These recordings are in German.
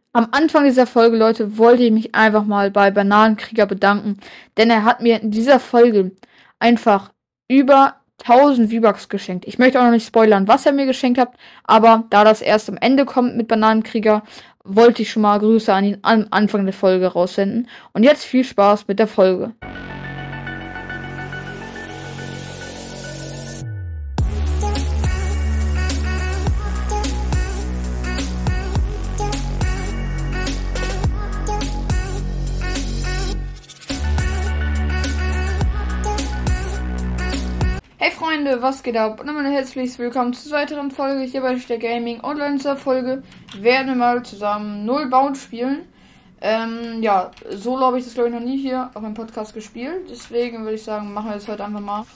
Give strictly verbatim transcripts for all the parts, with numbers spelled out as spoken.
Am Anfang dieser Folge, Leute, wollte ich mich einfach mal bei Bananenkrieger bedanken, denn er hat mir in dieser Folge einfach über tausend V-Bucks geschenkt. Ich möchte auch noch nicht spoilern, was er mir geschenkt hat, aber da das erst am Ende kommt mit Bananenkrieger, wollte ich schon mal Grüße an ihn am Anfang der Folge raussenden. Und jetzt viel Spaß mit der Folge. Hey Freunde, was geht ab? Und damit herzlich willkommen zur weiteren Folge hier bei der Gaming. Und in dieser Folge werden wir mal zusammen null Bound spielen. Ähm, ja, solo habe ich das glaube ich noch nie hier auf meinem Podcast gespielt. Deswegen würde ich sagen, machen wir das heute einfach mal.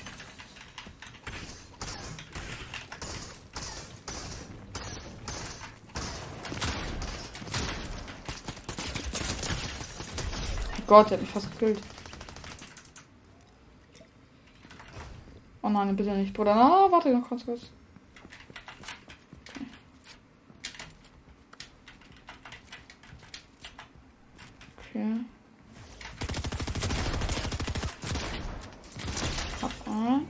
Oh Gott, der hat mich fast gekillt. Oh nein, bitte nicht, Bruder. Na, warte noch kurz kurz. Okay. Okay. Hab einen.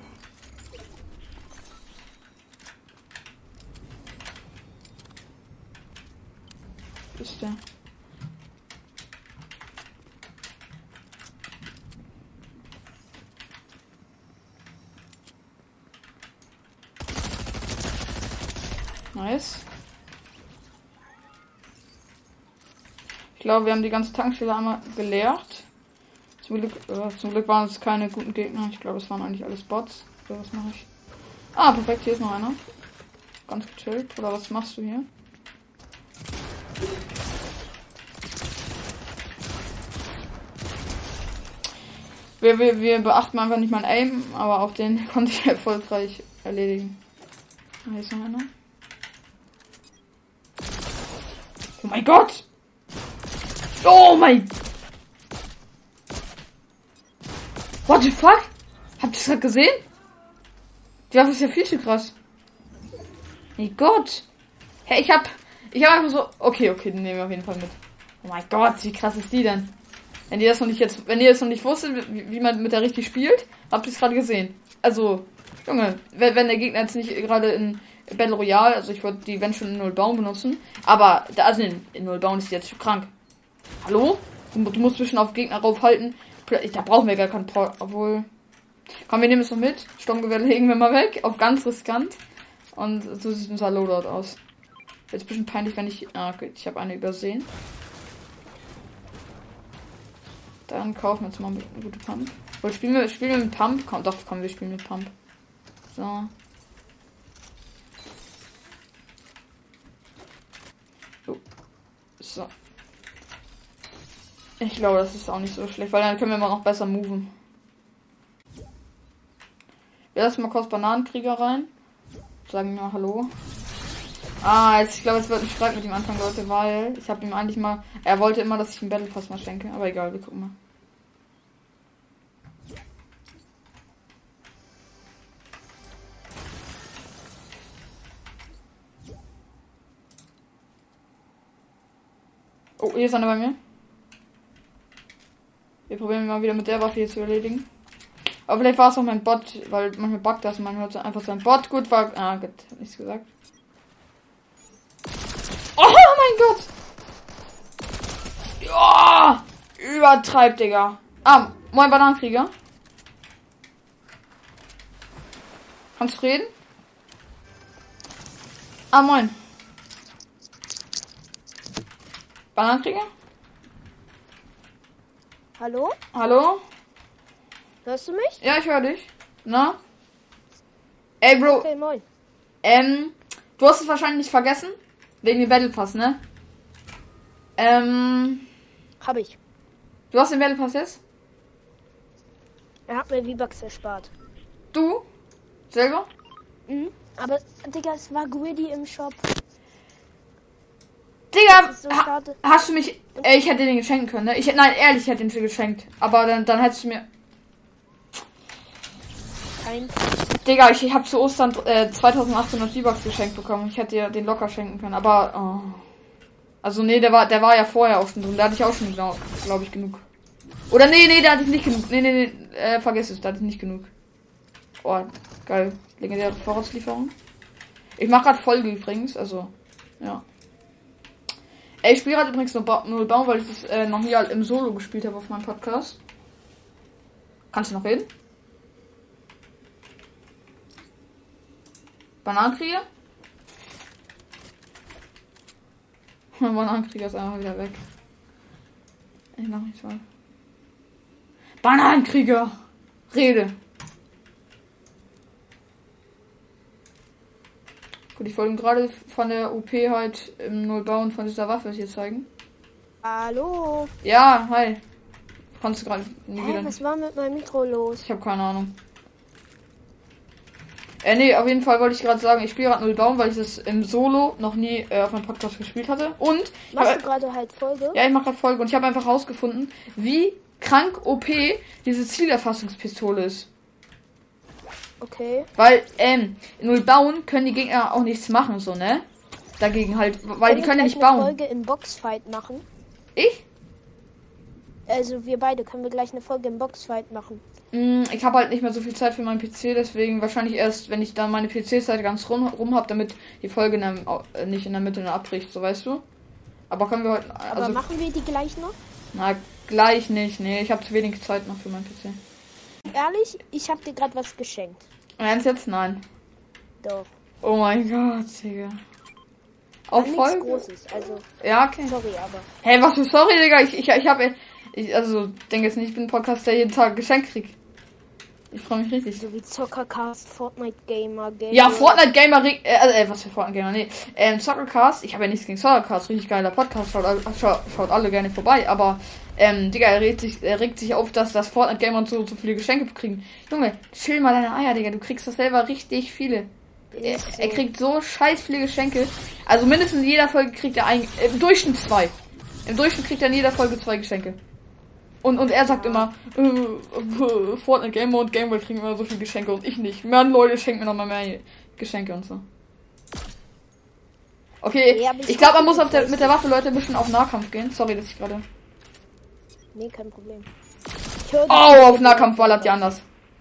Wo ist der? Nice. Ich glaube, wir haben die ganze Tankstelle einmal geleert. Zum Glück, äh, zum Glück waren es keine guten Gegner. Ich glaube, es waren eigentlich alles Bots. Oder was mache ich? Ah, perfekt, hier ist noch einer. Ganz gechillt. Oder was machst du hier? Wir, wir, wir beachten einfach nicht mein Aim, aber auch den konnte ich erfolgreich erledigen. Hier ist noch einer. Oh mein Gott! Oh mein... What the fuck? Habt ihr das gerade gesehen? Die Waffe ist ja viel zu krass. Mein Gott! Hey, ich hab... Ich hab einfach so... Okay, okay, den nehmen wir auf jeden Fall mit. Oh mein Gott, wie krass ist die denn? Wenn ihr das noch nicht jetzt... Wenn ihr das noch nicht wusstet, wie, wie man mit der richtig spielt, habt ihr es gerade gesehen. Also, Junge, wenn, wenn der Gegner jetzt nicht gerade in... Battle Royale, also ich würde die wenn schon in null Baum benutzen, aber da, also in, in null Baum ist die jetzt schon krank. Hallo? Du, du musst ein bisschen auf Gegner raufhalten. Da brauchen wir gar keinen Port, obwohl. Komm, wir nehmen es noch mit. Sturmgewehr legen wir mal weg, auf ganz riskant. Und so sieht unser Loadout aus. Jetzt ein bisschen peinlich, wenn ich. Ah, okay, ich habe eine übersehen. Dann kaufen wir jetzt mal eine gute Pump. Oder spielen wir, spielen wir mit Pump? Komm, doch, komm, wir spielen mit Pump. So. So. Ich glaube, das ist auch nicht so schlecht, weil dann können wir mal noch besser moven. Wir lassen mal kurz Bananenkrieger rein. Sagen wir mal Hallo. Ah, jetzt, ich glaube, es wird ein Streit mit ihm anfangen, Leute, weil ich habe ihm eigentlich mal... Er wollte immer, dass ich einen Battle Pass mal schenke, aber egal, wir gucken mal. Oh, hier ist einer bei mir. Wir probieren mal wieder mit der Waffe hier zu erledigen. Aber vielleicht war es auch mein Bot, weil manchmal buggt das und man hört einfach sein Bot. Gut, war. Ah, gut, hab nichts gesagt. Oh mein Gott! Ja! Übertreibt, Digga. Ah, moin Bananenkrieger. Kannst du reden? Ah, moin. Bananenkrieger? Hallo? Hallo? Hörst du mich? Ja, ich höre dich. Na? Ey, Bro. Okay, moin. Ähm, du hast es wahrscheinlich nicht vergessen. Wegen dem Battle Pass, ne? Ähm. Hab ich. Du hast den Battle Pass jetzt? Er hat mir V-Bucks erspart. Du? Selber? Mhm. Aber, Digga, es war greedy im Shop. Digga, So ha hast du mich... Ey, ich hätte den geschenken können, ne? Ich, nein, ehrlich, ich hätte den schon geschenkt. Aber dann, dann hättest du mir... Kein. Digga, ich, ich habe zu Ostern äh, zweitausendachthundert V-Bucks geschenkt bekommen. Ich hätte dir den locker schenken können, aber... Oh. Also nee, der war, der war ja vorher auch schon drin. Da hatte ich auch schon, glaube glaub ich, genug. Oder nee, nee, da hatte ich nicht genug. Nee, nee, nee, äh, vergiss es, da hatte ich nicht genug. Oh, geil. Legendäre Vorratslieferung. Ich mache gerade Folge übrigens, also, ja. Ey, ich spiele gerade übrigens nur, ba nur Baum, weil ich das äh, noch nie halt im Solo gespielt habe auf meinem Podcast. Kannst du noch reden? Bananenkrieger? Mein Bananenkrieger ist einfach wieder weg. Ich mach nicht mal. Bananenkrieger! Rede! Gut, ich wollte gerade von der O P halt im Nullbau und von dieser Waffe hier zeigen. Hallo? Ja, hi. Kannst du gerade nie Hä, wieder. was war mit meinem Mikro los? Ich habe keine Ahnung. Äh, nee, auf jeden Fall wollte ich gerade sagen, ich spiele gerade Null Baum, weil ich das im Solo noch nie äh, auf meinem Podcast gespielt hatte. Und. Machst hab, du gerade halt Folge? Ja, ich mache gerade Folge und ich habe einfach rausgefunden, wie krank O P diese Zielerfassungspistole ist. Okay. Weil, ähm, in Null Bauen können die Gegner auch nichts machen, so, ne? Dagegen halt, weil die können ja nicht bauen. Eine Folge im Boxfight machen? Ich? Also wir beide können wir gleich eine Folge im Boxfight machen. Mm, ich habe halt nicht mehr so viel Zeit für meinen P C, deswegen wahrscheinlich erst, wenn ich dann meine P C-Seite ganz rum, rum habe, damit die Folge in der, äh, nicht in der Mitte abbricht, so weißt du. Aber können wir heute. Aber Also, machen wir die gleich noch? na, gleich nicht. Nee, ich habe zu wenig Zeit noch für meinen P C. Ehrlich, ich habe dir gerade was geschenkt. Ernst jetzt? Nein. Doch. Oh mein Gott, Digga. Auf Nichts Folge? Großes, also. Ja, okay. Sorry, aber. Hey, was für sorry, Digga. Ich, ich, ich habe. Ich, also, denke jetzt nicht, ich bin ein Podcast, der jeden Tag Geschenk kriegt. Ich freue mich richtig. So wie Zockercast, Fortnite Gamer, Gamer. Ja, Fortnite Gamer, äh, äh, was für Fortnite Gamer, nee. Ähm, Zockercast, ich habe ja nichts gegen Zockercast, richtig geiler Podcast, schaut, schaut, schaut alle gerne vorbei, aber, ähm, Digga, er regt sich, er regt sich auf, dass das Fortnite Gamer und so, so viele Geschenke kriegen. Junge, chill mal deine Eier, Digga, du kriegst das selber richtig viele. Er, So. er kriegt so scheiß viele Geschenke. Also mindestens in jeder Folge kriegt er ein, im Durchschnitt zwei. Im Durchschnitt kriegt er in jeder Folge zwei Geschenke. Und, und er sagt immer, äh, äh, Fortnite Gamer und Gameboy kriegen immer so viele Geschenke und ich nicht. Mehr Leute schenken mir nochmal mehr Geschenke und so. Okay, Ja, aber ich ich glaube, man hoffe, muss auf der, das mit der Waffe, Leute, ein bisschen auf Nahkampf gehen. Sorry, dass ich gerade... Nee, kein Problem. Ich höre Oh, auf Nahkampf ballert die anders.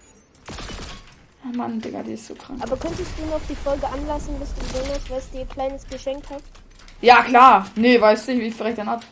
Oh Mann, Digga, die ist so krank. Aber könntest du noch die Folge anlassen, bis du gesehen hast, was dir ein kleines geschenkt hat? Ja, klar. Nee, weißt du, wie ich vielleicht dann ab.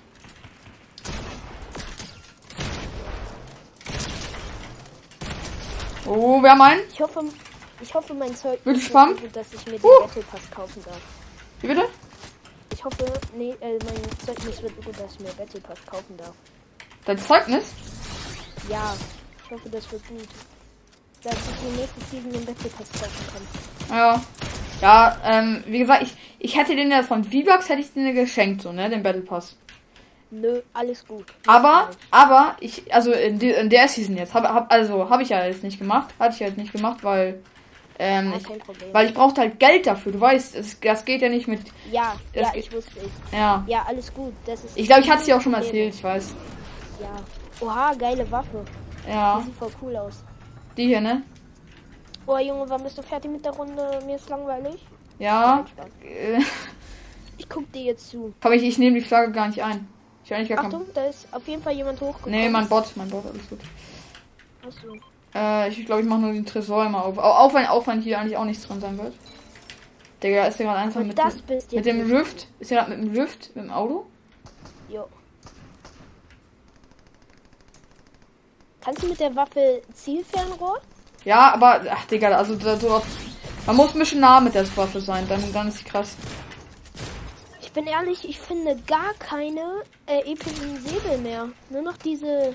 Oh, wer meint? Ich hoffe, ich hoffe, mein Zeug Wird ist spannend? so gut, dass ich mir den Uh. Battle Pass kaufen darf. Wie bitte? Ich hoffe, nee, äh, mein Zeugnis wird so gut, dass ich mir Battle Pass kaufen darf. Dein Zeugnis? Ja, ich hoffe, das wird gut. Dass ich die nächste Season den Battle Pass kaufen kann. Ja. Ja, ähm, wie gesagt, ich, ich hätte den ja von V-Bucks hätte ich den geschenkt, so, ne, den Battle Pass. Nö, alles gut. Aber, aber, ich, also in, die, in der Season jetzt, hab, hab, also, habe ich ja jetzt nicht gemacht, hatte ich halt nicht gemacht, weil, ähm, Ja, ich, kein Problem. weil ich brauchte halt Geld dafür, du weißt, das, das geht ja nicht mit, Ja, Das ja, geht- ich wusste es. ja. Ja, alles gut. Das ist Ich glaube, ich hatte es dir auch schon mal Problem. erzählt, ich weiß. Ja. Oha, geile Waffe. Ja, Die sieht voll cool aus. die hier, ne? Oh Junge, wann bist du fertig mit der Runde? Mir ist langweilig. Ja, Nein, Spaß. äh, Ich guck dir jetzt zu. komm, ich, ich nehme die Flagge gar nicht ein. Ich will eigentlich gar kein... Achtung, da ist auf jeden Fall jemand hochgekommen. Nee, mein Bot, mein Bot, alles gut. Achso. Äh, ich glaube, ich mache nur den Tresor immer auf. Auch, auch, wenn, auch wenn hier eigentlich auch nichts drin sein wird. Digga, ist der gerade einfach Und mit, das dem- bist mit jetzt dem nicht. Rift? Ist der gerade mit dem Rift? Mit dem Auto? Jo. Kannst du mit der Waffe Zielfernrohr? Ja, aber, ach Digga, also da, so oft, man muss ein bisschen nah mit der Waffe sein, dann, dann ist sie krass. Ich bin ehrlich, ich finde gar keine äh, epischen Säbel mehr. Nur noch diese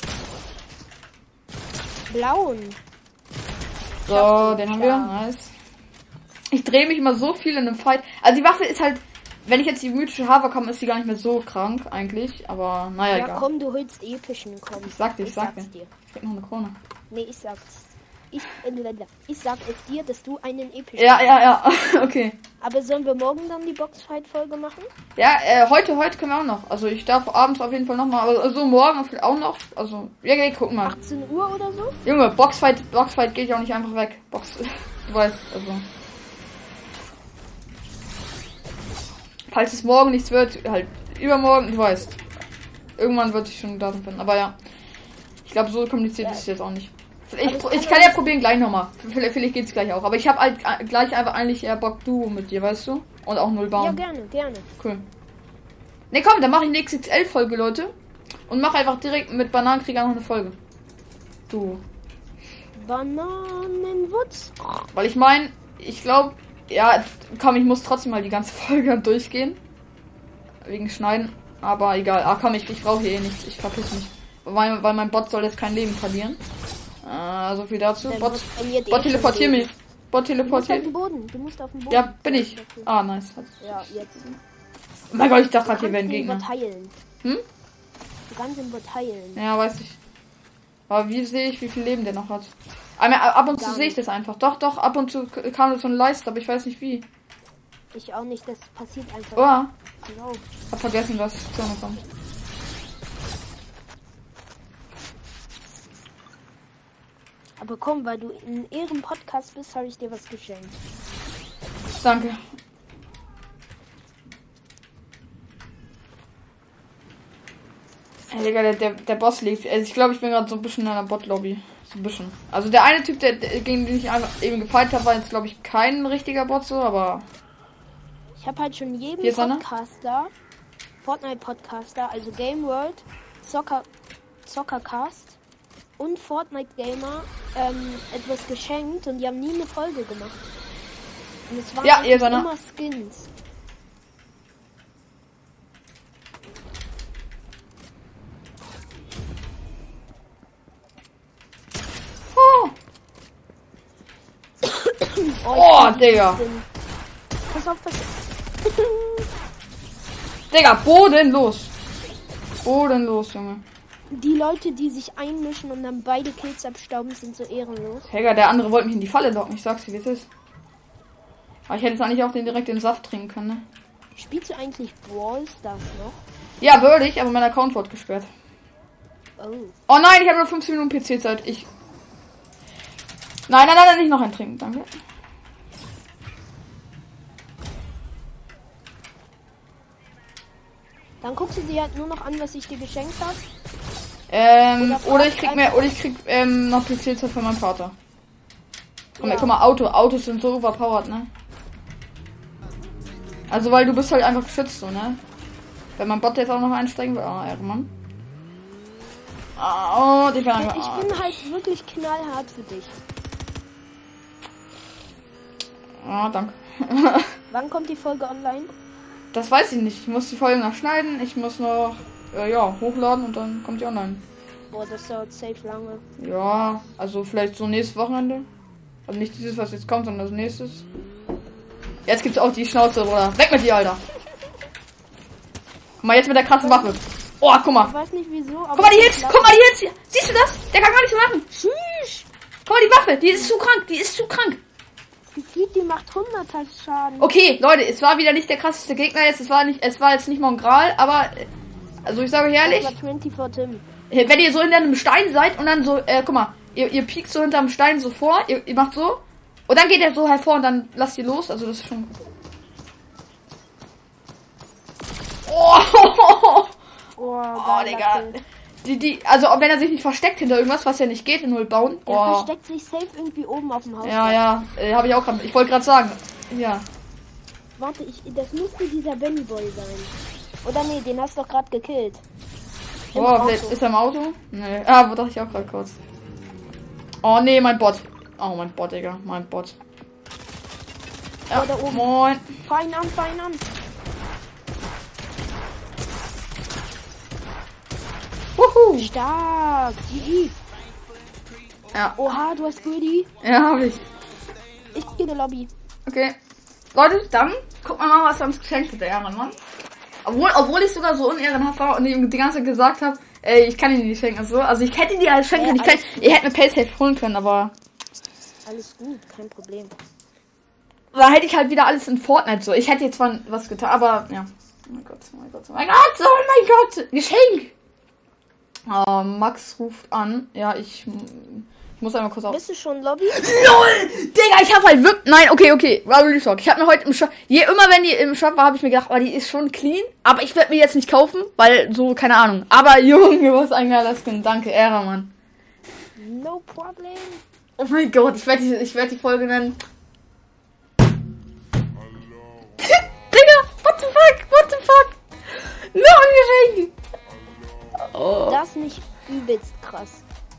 blauen. So, Schaffst du, den haben klar. wir, nice. Ich drehe mich immer so viel in einem Fight. Also die Waffe ist halt, wenn ich jetzt die mythische Hafer komme, ist sie gar nicht mehr so krank eigentlich, aber naja, Ja, egal. komm, du holst epischen, komm. Ich sag dir, ich sag sag's dir. dir. Ich krieg noch eine Krone. Nee, ich sag's. Ich, äh, ich sag es dir, dass du einen epischen. Ja, ja, ja, okay. Aber sollen wir morgen dann die Boxfight-Folge machen? Ja, äh, heute, heute können wir auch noch. Also ich darf abends auf jeden Fall noch mal, also morgen vielleicht auch noch. Also, ja, ja, guck mal. achtzehn Uhr oder so? Junge, Boxfight, Boxfight geht ja auch nicht einfach weg. Box, du weißt, also. Falls es morgen nichts wird, halt, übermorgen, du weißt. Irgendwann wird sich schon ein Datum finden. Aber ja. Ich glaube, so kompliziert ja. ist es jetzt auch nicht. Ich, ich, ich kann ja probieren gleich nochmal. Vielleicht, vielleicht geht's gleich auch. Aber ich habe halt gleich einfach eigentlich eher Bock Duo mit dir, weißt du? Und auch null bauen. Ja, gerne, gerne. Cool. Ne, komm, dann mache ich eine X X L-Folge, Leute. Und mache einfach direkt mit Bananenkrieger noch eine Folge. Du. Bananenwutz. Weil ich meine, ich glaube, ja, komm, ich muss trotzdem mal die ganze Folge durchgehen. Wegen Schneiden. Aber egal. Ah, komm, ich, ich brauche hier eh nichts. Ich verpiss mich. Weil, weil mein Bot soll jetzt kein Leben verlieren. Äh, so viel dazu. Der Bot, Bot, Bot teleportier mich. Bot teleportier. Du musst auf den Boden. Du musst auf den Boden. Ja, bin ich. Ah, nice. Ja, jetzt. Oh mein Gott, ich dachte gerade, hier werden Gegner. Heilen. Hm? Du kannst ihn Bot heilen. Ja, weiß ich. Aber wie sehe ich, wie viel Leben der noch hat? Aber ab und zu sehe ich das einfach. Doch, doch, ab und zu kam so ein Leist, aber ich weiß nicht wie. Ich auch nicht, das passiert einfach. Oh. Genau. Hab vergessen, was Zone kommt. Aber komm, weil du in ihrem Podcast bist, habe ich dir was geschenkt. Danke. Hey, Digga, der, der, der Boss liegt. Also ich glaube, ich bin gerade so ein bisschen in einer Bot-Lobby. So ein bisschen. Also der eine Typ, der, der gegen den ich einfach eben gefight habe, war jetzt, glaube ich, kein richtiger Bot so, aber. Ich habe halt schon jedem Podcaster, Fortnite-Podcaster, also Game World, Soccer, Soccercast und Fortnite Gamer ähm, etwas geschenkt und die haben nie eine Folge gemacht. Und es waren ja, ihr seid immer Skins. Oh, oh, oh Digga. Pass auf, pass auf. Digga, bodenlos. Bodenlos, Junge. Die Leute, die sich einmischen und dann beide Kills abstauben, sind so ehrenlos. Digga, der andere wollte mich in die Falle locken. Ich sag's dir, wie es ist. Aber ich hätte jetzt eigentlich auch den direkt den Saft trinken können, ne? Spielst du eigentlich Brawl Stars noch? Ja, würde ich, aber mein Account wurde gesperrt. Oh. Oh nein, ich habe nur fünfzehn Minuten P C-Zeit. Ich. Nein, nein, nein, nein, nicht noch ein Trinken, danke. Dann guckst du dir halt nur noch an, was ich dir geschenkt habe. Ähm, oder, oder ich krieg mehr, oder ich krieg ähm, noch P C-Zeit von meinem Vater. Komm, ja. Guck mal, Auto, Autos sind so overpowered, ne? Also, weil du bist halt einfach geschützt, so, ne? Wenn mein Bot jetzt auch noch einsteigen will. Ah, oh, Mann. Oh, die werden Ich bin oh. halt wirklich knallhart für dich. Ah, danke. Wann kommt die Folge online? Das weiß ich nicht. Ich muss die Folge noch schneiden. Ich muss noch, äh, ja, hochladen und dann kommt die online. Boah, das dauert safe lange. Ja, also vielleicht so nächstes Wochenende. Also nicht dieses, was jetzt kommt, sondern das nächste. Jetzt gibt's auch die Schnauze, oder? Weg mit dir, Alter! Guck mal, jetzt mit der krassen Waffe. Oh, guck mal. Ich weiß nicht wieso, aber... Guck mal, die Hits! Guck mal, die Hits! Siehst du das? Der kann gar nichts machen. Tschüss! Guck mal, die Waffe, die ist zu krank, die ist zu krank. Die Fleet, die macht hundert Schaden. Okay, Leute, es war wieder nicht der krasseste Gegner jetzt. Es war nicht, es war jetzt nicht Mongral, aber... Also ich sage ehrlich... Das war vierundzwanzig Tim. Wenn ihr so hinter einem Stein seid und dann so... Äh, guck mal, ihr, ihr piekt so hinterm Stein so vor, ihr, ihr macht so... Und dann geht er so hervor und dann lasst ihr los. Also das ist schon... Oh, oh, oh Digga. Die, die, also wenn er sich nicht versteckt hinter irgendwas, was ja nicht geht in null bauen. Er oh. versteckt sich safe irgendwie oben auf dem Haus. Ja, ja, äh, habe ich auch gerade. Ich wollte gerade sagen. Ja. Warte, ich, das müsste dieser Benny Boy sein. Oder nee, den hast du doch gerade gekillt. Im Oh, vielleicht ist er im Auto? Nee. Ah, wo dachte ich auch gerade kurz. Oh nee, mein Bot. Oh, mein Bot, Digga. Mein Bot. Ja, oh, da oben. Moin. Fahr ihn an, fahr ihn an. Wuhu. Stark. G G. Ja. Oha, du hast Greedy. Ja, hab ich. Ich gehe in die Lobby. Okay. Leute, dann gucken wir mal, was er uns geschenkt hat, der Ehrenmann. Obwohl, obwohl ich sogar so unehrenhaft war und ihm die ganze Zeit gesagt habe, ey, ich kann ihn nicht schenken und so. Also ich hätte ihn dir halt schenken können. Ich kann, ihr hättet mir Paysafe holen können, aber... Alles gut, kein Problem. Da hätte ich halt wieder alles in Fortnite so. Ich hätte jetzt zwar was getan, aber ja. Oh mein Gott, oh mein Gott, oh mein Gott, oh mein Gott. Geschenk. Oh, Max ruft an. Ja, ich Ich muss einmal kurz auf. Bist du schon Lobby? LOL! Digga, ich hab halt wirklich... Nein, okay, okay. Real Talk. Ich hab mir heute im Shop... Je immer, wenn die im Shop war, habe ich mir gedacht, oh, die ist schon clean. Aber ich werde mir jetzt nicht kaufen, weil so, keine Ahnung. Aber Junge, was ein geiler Skin. Danke, Ära, Mann. No problem. Oh mein Gott, ich werde die, ich werd die Folge nennen. Digga, what the fuck? What the fuck? Noch ein Geschenk! Oh. Das ist nicht übelst krass.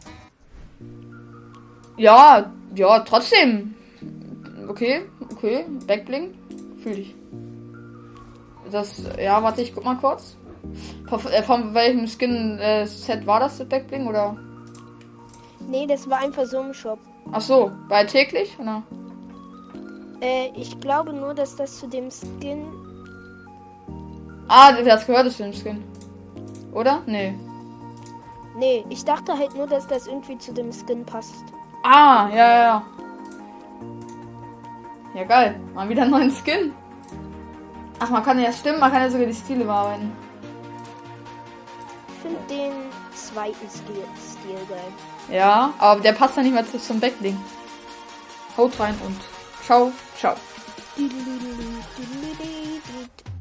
Ja, ja, trotzdem. Okay, okay. Backbling. Fühl ich. Das, ja, warte, ich guck mal kurz. Von, äh, von welchem Skin-Set äh, war das, das Backbling, oder? Nee, das war einfach so im Shop. Ach so, bei täglich, oder? Äh, ich glaube nur, dass das zu dem Skin... Ah, das gehört zu dem Skin. Oder? Nee. Nee, ich dachte halt nur, dass das irgendwie zu dem Skin passt. Ah, ja, ja, ja. Ja, geil. Mal wieder einen neuen Skin. Ach, man kann ja stimmen, man kann ja sogar die Stile bearbeiten. Ich finde den zweiten Stil, Stil geil. Ja, aber der passt ja nicht mehr zum Backbling. Haut rein und ciao, ciao.